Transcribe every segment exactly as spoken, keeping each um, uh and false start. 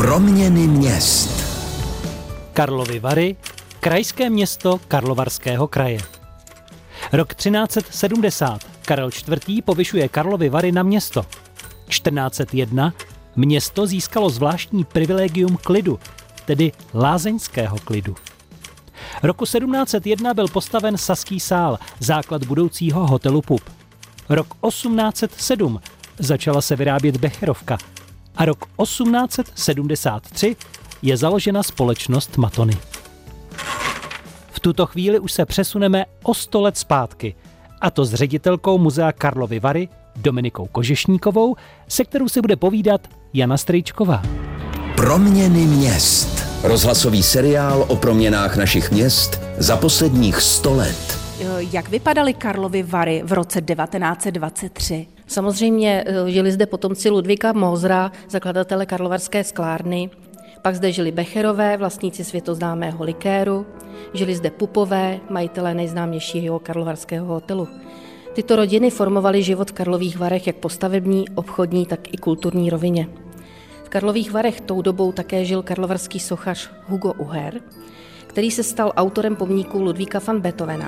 Proměny měst. Karlovy Vary, krajské město Karlovarského kraje. Rok třináct set sedmdesát. Karel čtvrtý. povyšuje Karlovy Vary na město. čtrnáct set jedna. Město získalo zvláštní privilegium klidu, tedy lázeňského klidu. Roku sedmnáct set jedna byl postaven Saský sál, základ budoucího hotelu Pup. Rok osmnáct set sedm. Začala se vyrábět becherovka. A rok osmnáct set sedmdesát tři je založena společnost Matony. V tuto chvíli už se přesuneme o sto let zpátky, a to s ředitelkou muzea Karlovy Vary Dominikou Kožešníkovou, se kterou se bude povídat Jana Strýčková. Proměny měst. Rozhlasový seriál o proměnách našich měst za posledních sto let. Jak vypadaly Karlovy Vary v roce devatenáct set dvacet tři? Samozřejmě žili zde potomci Ludvíka Mozra, zakladatele karlovarské sklárny. Pak zde žili Becherové, vlastníci světoznámého likéru. Žili zde Pupové, majitelé nejznámějšího karlovarského hotelu. Tyto rodiny formovaly život v Karlových Varech jak po stavební, obchodní, tak i kulturní rovině. V Karlových Varech tou dobou také žil karlovarský sochař Hugo Uher, který se stal autorem pomníku Ludvíka van Beethovena.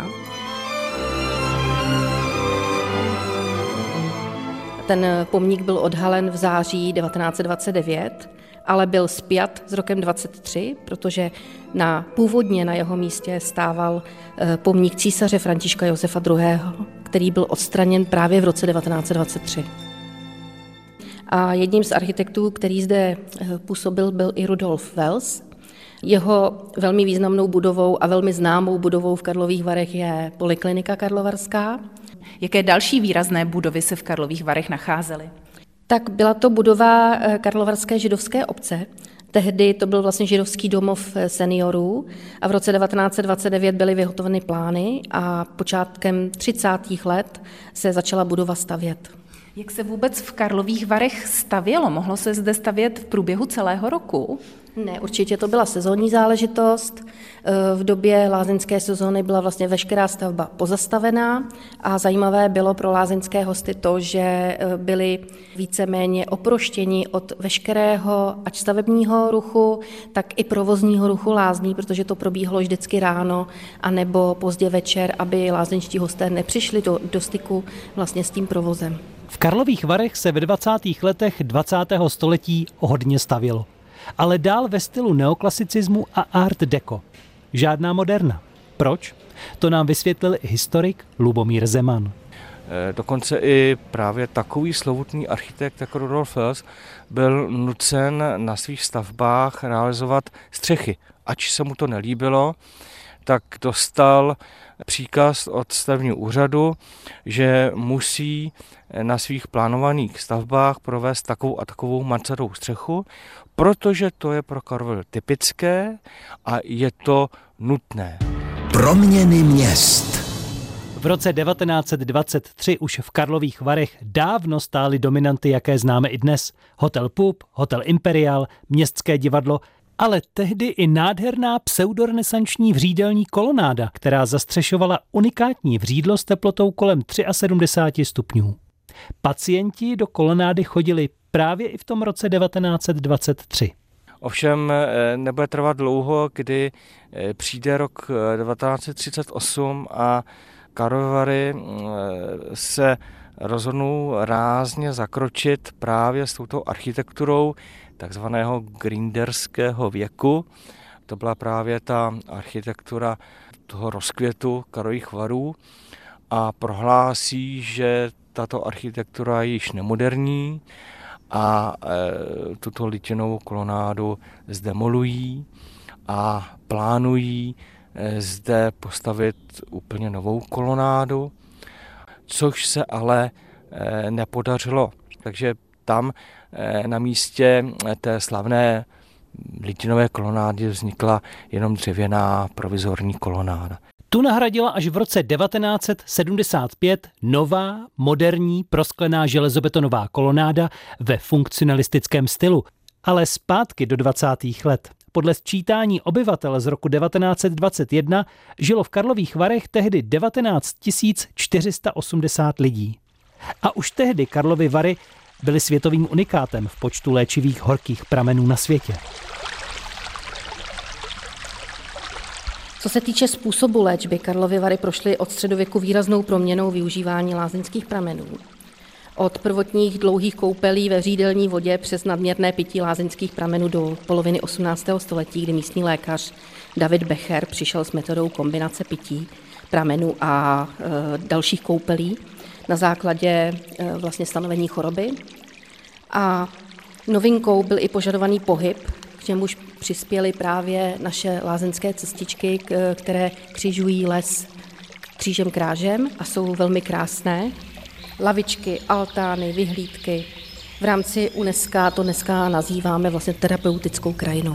Ten pomník byl odhalen v září devatenáct set dvacet devět, ale byl spjat s rokem dvacet tři, protože na, původně na jeho místě stával pomník císaře Františka Josefa druhého., který byl odstraněn právě v roce devatenáct set dvacet tři. A jedním z architektů, který zde působil, byl i Rudolf Wels. Jeho velmi významnou budovou a velmi známou budovou v Karlových Varech je Poliklinika karlovarská. Jaké další výrazné budovy se v Karlových Varech nacházely? Tak byla to budova Karlovarské židovské obce. Tehdy to byl vlastně židovský domov seniorů a v roce devatenáct set dvacet devět byly vyhotoveny plány a počátkem třicátých let se začala budova stavět. Jak se vůbec v Karlových Varech stavělo? Mohlo se zde stavět v průběhu celého roku? Ne, určitě to byla sezónní záležitost. V době lázeňské sezóny byla vlastně veškerá stavba pozastavená a zajímavé bylo pro lázeňské hosty to, že byli víceméně oproštěni od veškerého ať stavebního ruchu, tak i provozního ruchu lázní, protože to probíhalo vždycky ráno anebo pozdě večer, aby lázeňští hosté nepřišli do, do styku vlastně s tím provozem. V Karlových Varech se ve dvacátých letech dvacátého století hodně stavělo, ale dál ve stylu neoklasicismu a art deco. Žádná moderna. Proč? To nám vysvětlil historik Lubomír Zeman. Dokonce i právě takový slovutný architekt jako Rudolf Wels byl nucen na svých stavbách realizovat střechy. Ač se mu to nelíbilo, tak dostal příkaz od stavebního úřadu, že musí na svých plánovaných stavbách provést takovou a takovou mansardovou střechu, protože to je pro Karlovy typické a je to nutné. Proměny měst. V roce devatenáct set dvacet tři už v Karlových Varech dávno stály dominanty, jaké známe i dnes. Hotel Pup, Hotel Imperial, Městské divadlo, ale tehdy i nádherná pseudorenesanční vřídelní kolonáda, která zastřešovala unikátní vřídlo s teplotou kolem sedmdesát tři stupňů. Pacienti do kolonády chodili právě i v tom roce devatenáct set dvacet tři. Ovšem nebude trvat dlouho, kdy přijde rok devatenáct set třicet osm a Karlovy Vary se rozhodnou rázně zakročit právě s touto architekturou takzvaného grinderského věku. To byla právě ta architektura toho rozkvětu Karlových Varů a prohlásí, že tato architektura je již nemoderní a e, tuto litěnovou kolonádu zdemolují a plánují e, zde postavit úplně novou kolonádu, což se ale e, nepodařilo. Takže tam e, na místě té slavné litěnové kolonády vznikla jenom dřevěná provizorní kolonáda. Tu nahradila až v roce devatenáct set sedmdesát pět nová, moderní, prosklená železobetonová kolonáda ve funkcionalistickém stylu. Ale zpátky do dvacátých let. Podle sčítání obyvatel z roku devatenáct set dvacet jedna žilo v Karlových Varech tehdy devatenáct tisíc čtyři sta osmdesát lidí. A už tehdy Karlovy Vary byly světovým unikátem v počtu léčivých horkých pramenů na světě. Co se týče způsobu léčby, Karlovy Vary prošly od středověku výraznou proměnou využívání lázeňských pramenů. Od prvotních dlouhých koupelí ve řídelní vodě přes nadměrné pití lázeňských pramenů do poloviny osmnáctého století, kdy místní lékař David Becher přišel s metodou kombinace pití pramenů a e, dalších koupelí na základě e, vlastně stanovení choroby. A novinkou byl i požadovaný pohyb, k čemuž přispěly právě naše lázeňské cestičky, které křižují les křížem krážem a jsou velmi krásné. Lavičky, altány, vyhlídky. V rámci UNESCO to dneska nazýváme vlastně terapeutickou krajinou.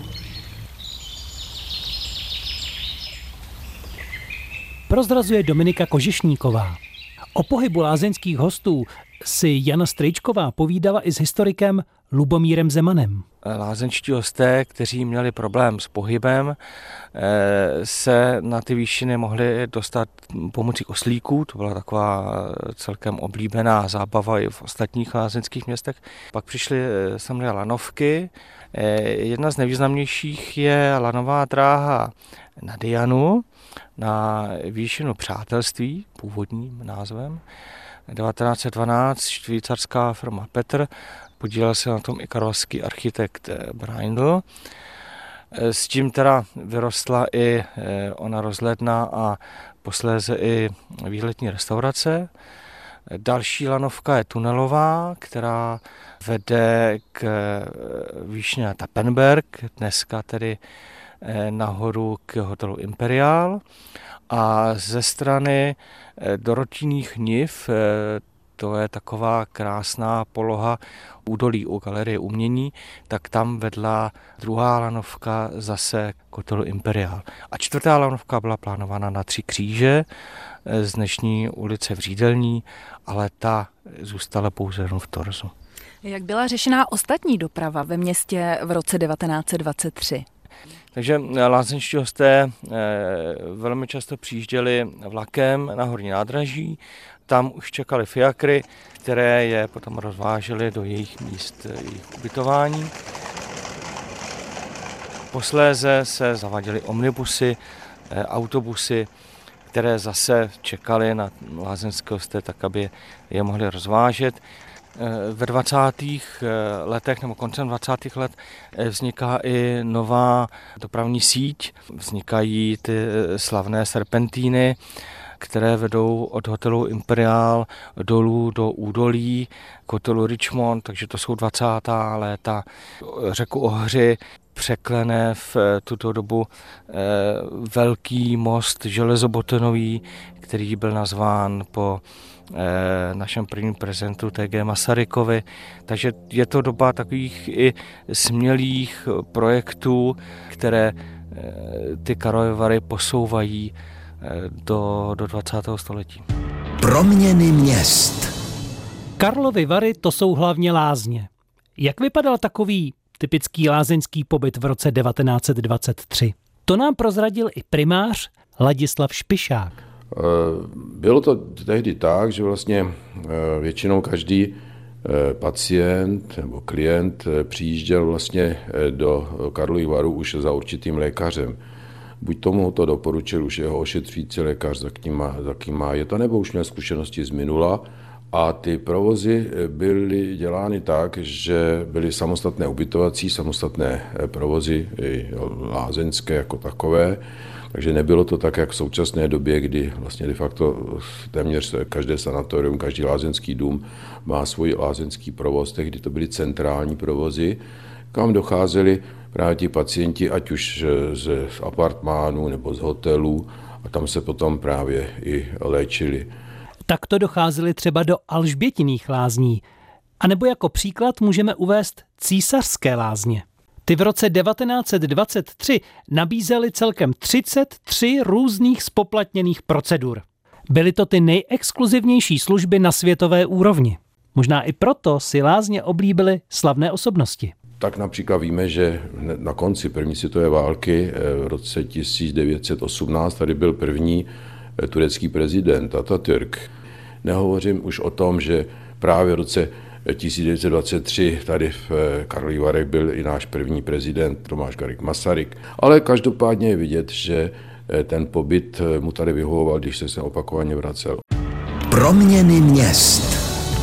Prozrazuje Dominika Kožišníková. O pohybu lázeňských hostů si Jana Strejčková povídala i s historikem Lubomírem Zemanem. Lázeňští hosté, kteří měli problém s pohybem, se na ty výšiny mohli dostat pomocí oslíků. To byla taková celkem oblíbená zábava i v ostatních lázeňských městech. Pak přišly samozřejmě lanovky. Jedna z nejvýznamnějších je lanová dráha na Dianu, na výšinu Přátelství, původním názvem. devatenáct set dvanáct švýcarská firma Petr, podílel se na tom i karlovarský architekt Braindl. S tím teda vyrostla i ona rozhledna a posléze i výletní restaurace. Další lanovka je tunelová, která vede k výšině Tappenberg, dneska tedy nahoru k hotelu Imperial. A ze strany Dorotinných niv, to je taková krásná poloha údolí u Galerie umění, tak tam vedla druhá lanovka zase k hotelu Imperial. A čtvrtá lanovka byla plánována na Tři kříže z dnešní ulice v Řídelní, ale ta zůstala pouze v torzu. Jak byla řešená ostatní doprava ve městě v roce devatenáct set dvacet tři? Takže lázeňští hosté velmi často přijížděli vlakem na Horní nádraží, tam už čekaly fiakry, které je potom rozvážely do jejich míst jejich ubytování. Posléze se zaváděly omnibusy, autobusy, které zase čekaly na lázeňské hosté, tak aby je mohli rozvážet. Ve dvacátých letech nebo koncem dvacátých let vzniká i nová dopravní síť. Vznikají ty slavné serpentíny, které vedou od hotelu Imperial dolů do údolí k hotelu Richmond, takže to jsou dvacátá léta. Řeku Ohři překlene v tuto dobu velký most železobotonový, který byl nazván po našem prvním prezidentu T G Masarykovi. Takže je to doba takových i smělých projektů, které ty Karlovy Vary posouvají do, do dvacátého století. Proměny měst. Karlovy Vary to jsou hlavně lázně. Jak vypadal takový typický lázeňský pobyt v roce devatenáct set dvacet tři? To nám prozradil i primář Ladislav Špišák. Bylo to tehdy tak, že vlastně většinou každý pacient nebo klient přijížděl vlastně do Karlových Varů už za určitým lékařem. Buď tomu to doporučil už jeho ošetřující lékař, za kým má, za kým má je to, nebo už měl zkušenosti z minula. A ty provozy byly dělány tak, že byly samostatné ubytovací, samostatné provozy, lázeňské jako takové. Takže nebylo to tak, jak v současné době, kdy vlastně de facto téměř každé sanatorium, každý lázeňský dům má svůj lázeňský provoz. Tehdy to byly centrální provozy, kam docházeli právě ti pacienti, ať už z apartmánů nebo z hotelů, a tam se potom právě i léčili. Takto docházeli třeba do Alžbětiných lázní. A nebo jako příklad můžeme uvést Císařské lázně. Ty v roce devatenáct set dvacet tři nabízely celkem třicet tři různých spoplatněných procedur. Byly to ty nejexkluzivnější služby na světové úrovni. Možná i proto si lázně oblíbily slavné osobnosti. Tak například víme, že na konci první světové války v roce tisíc devět set osmnáct tady byl první turecký prezident Atatürk. Nehovořím už o tom, že právě v roce tisíc devět set dvacet tři tady v Karlových Varech byl i náš první prezident Tomáš Garrigue Masaryk, ale každopádně je vidět, že ten pobyt mu tady vyhovoval, když se sem opakovaně vracel. Proměny měst.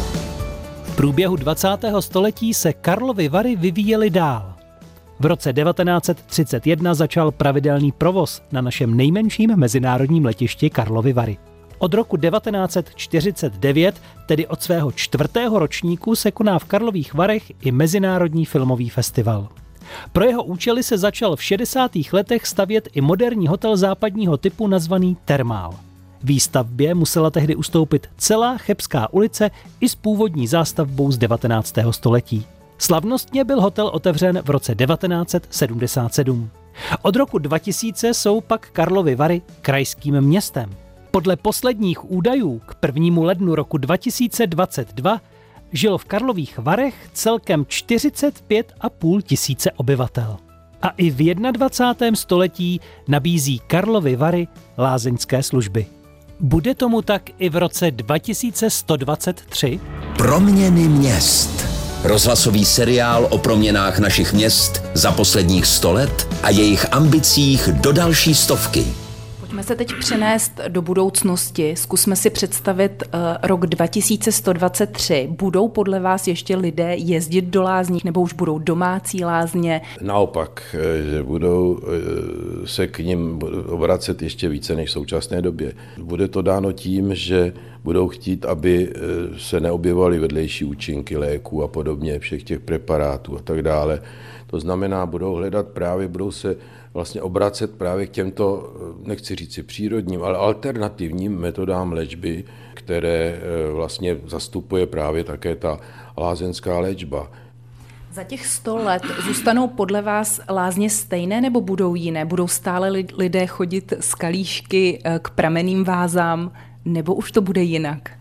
V průběhu dvacátého století se Karlovy Vary vyvíjely dál. V roce devatenáct set třicet jedna začal pravidelný provoz na našem nejmenším mezinárodním letišti Karlovy Vary. Od roku devatenáct set čtyřicet devět, tedy od svého čtvrtého ročníku, se koná v Karlových Varech i Mezinárodní filmový festival. Pro jeho účely se začal v šedesátých letech stavět i moderní hotel západního typu nazvaný Thermal. Výstavbě musela tehdy ustoupit celá Chebská ulice i s původní zástavbou z devatenáctého století. Slavnostně byl hotel otevřen v roce devatenáct set sedmdesát sedm. Od roku dva tisíce jsou pak Karlovy Vary krajským městem. Podle posledních údajů k prvnímu lednu roku dva tisíce dvacet dva žilo v Karlových Varech celkem čtyřicet pět a půl tisíce obyvatel. A i v dvacátém prvním století nabízí Karlovy Vary lázeňské služby. Bude tomu tak i v roce dva tisíce sto dvacet tři? Proměny měst. Rozhlasový seriál o proměnách našich měst za posledních sto let a jejich ambicích do další stovky. Pojďme se teď přenést do budoucnosti. Zkusme si představit uh, rok dva tisíce sto dvacet tři. Budou podle vás ještě lidé jezdit do lázní, nebo už budou domácí lázně? Naopak, že budou se k nim obracet ještě více než v současné době. Bude to dáno tím, že budou chtít, aby se neobjevovaly vedlejší účinky léků a podobně, všech těch preparátů a tak dále. To znamená, budou hledat právě, budou se vlastně obracet právě k těmto, nechci říci přírodním, ale alternativním metodám léčby, které vlastně zastupuje právě také ta lázeňská léčba. Za těch sto let zůstanou podle vás lázně stejné nebo budou jiné? Budou stále lidé chodit z kalíšky k pramenným vázám nebo už to bude jinak?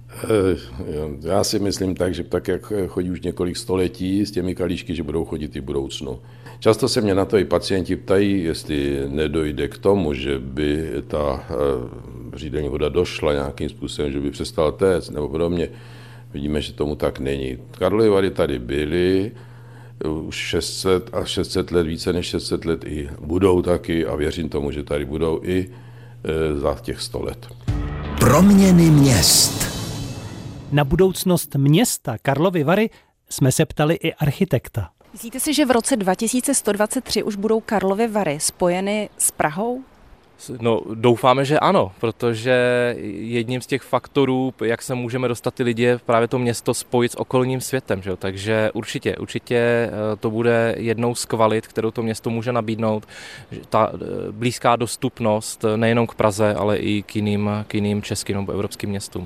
Já si myslím tak, že tak, jak chodí už několik století s těmi kalíšky, že budou chodit i v budoucnu. Často se mě na to i pacienti ptají, jestli nedojde k tomu, že by ta řídení voda došla nějakým způsobem, že by přestala téct nebo podobně. Vidíme, že tomu tak není. Karlovy Vary tady byly už šest set a šest set let, více než šest set let i budou taky a věřím tomu, že tady budou i za těch sto let. Proměny měst. Na budoucnost města Karlovy Vary jsme se ptali i architekta. Myslíte si, že v roce dva tisíce sto dvacet tři už budou Karlovy Vary spojeny s Prahou? No, doufáme, že ano, protože jedním z těch faktorů, jak se můžeme dostat ty lidi, je právě to město spojit s okolním světem. Že? Takže určitě, určitě to bude jednou z kvalit, kterou to město může nabídnout. Ta blízká dostupnost nejenom k Praze, ale i k jiným, k jiným českým nebo evropským městům.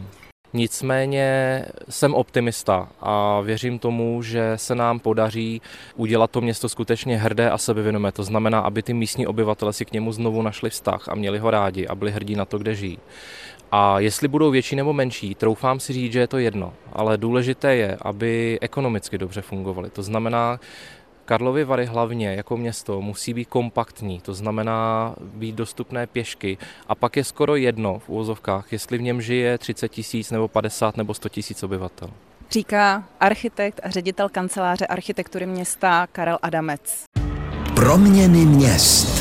Nicméně jsem optimista a věřím tomu, že se nám podaří udělat to město skutečně hrdé a sebevědomé. To znamená, aby ty místní obyvatele si k němu znovu našli vztah a měli ho rádi a byli hrdí na to, kde žijí. A jestli budou větší nebo menší, troufám si říct, že je to jedno. Ale důležité je, aby ekonomicky dobře fungovaly. To znamená, Karlovy Vary hlavně jako město musí být kompaktní, to znamená být dostupné pěšky a pak je skoro jedno v uvozovkách, jestli v něm žije třicet tisíc nebo padesát nebo sto tisíc obyvatel. Říká architekt a ředitel kanceláře architektury města Karel Adamec. Proměny měst.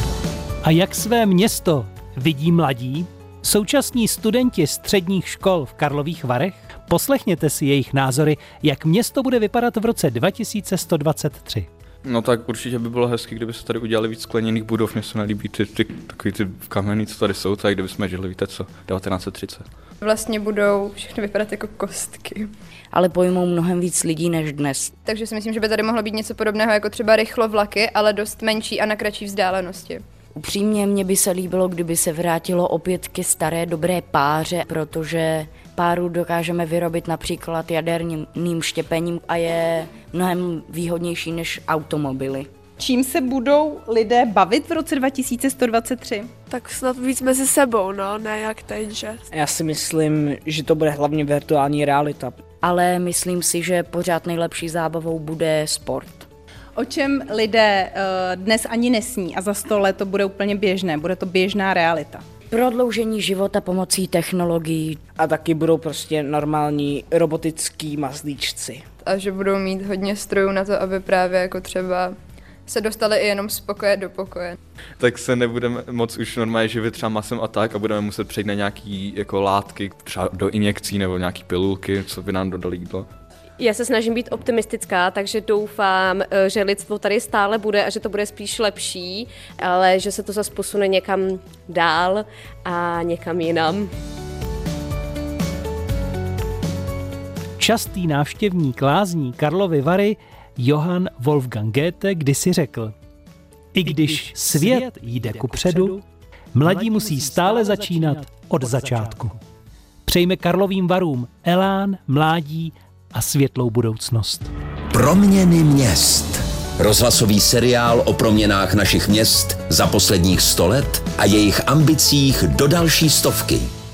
A jak své město vidí mladí? Současní studenti středních škol v Karlových Varech? Poslechněte si jejich názory, jak město bude vypadat v roce dva tisíce sto dvacet tři. No tak určitě by bylo hezky, kdyby se tady udělali víc skleněných budov. Mně se nelíbí ty, ty, takový ty kamenný, co tady jsou, tak kdyby jsme žili, víte co, devatenáct set třicet. Vlastně budou všechny vypadat jako kostky. Ale pojmou mnohem víc lidí než dnes. Takže si myslím, že by tady mohlo být něco podobného jako třeba rychlovlaky, ale dost menší a na kratší vzdálenosti. Upřímně mně by se líbilo, kdyby se vrátilo opět ke staré dobré páře, protože páru dokážeme vyrobit například jaderným štěpením a je mnohem výhodnější než automobily. Čím se budou lidé bavit v roce dva tisíce sto dvacet tři? Tak snad víc mezi sebou, no, ne jak teď, že? Já si myslím, že to bude hlavně virtuální realita. Ale myslím si, že pořád nejlepší zábavou bude sport. O čem lidé uh, dnes ani nesní a za sto let to bude úplně běžné, bude to běžná realita. Prodloužení života pomocí technologií. A taky budou prostě normální robotický mazlíčci. A že budou mít hodně strojů na to, aby právě jako třeba se dostali i jenom z pokoje do pokoje. Tak se nebudeme moc už normálně živit třeba masem a tak a budeme muset přejít na nějaký jako látky, třeba do injekcí nebo nějaký pilulky, co by nám dodali jídlo. Já se snažím být optimistická, takže doufám, že lidstvo tady stále bude a že to bude spíš lepší, ale že se to zase posune někam dál a někam jinam. Častý návštěvník lázní Karlovy Vary Johann Wolfgang Goethe kdysi řekl: I když svět jde kupředu, mladí musí stále začínat od začátku. Přejme Karlovým Varům elán, mládí a světlou budoucnost. Proměny měst. Rozhlasový seriál o proměnách našich měst za posledních sto let a jejich ambicích do další stovky.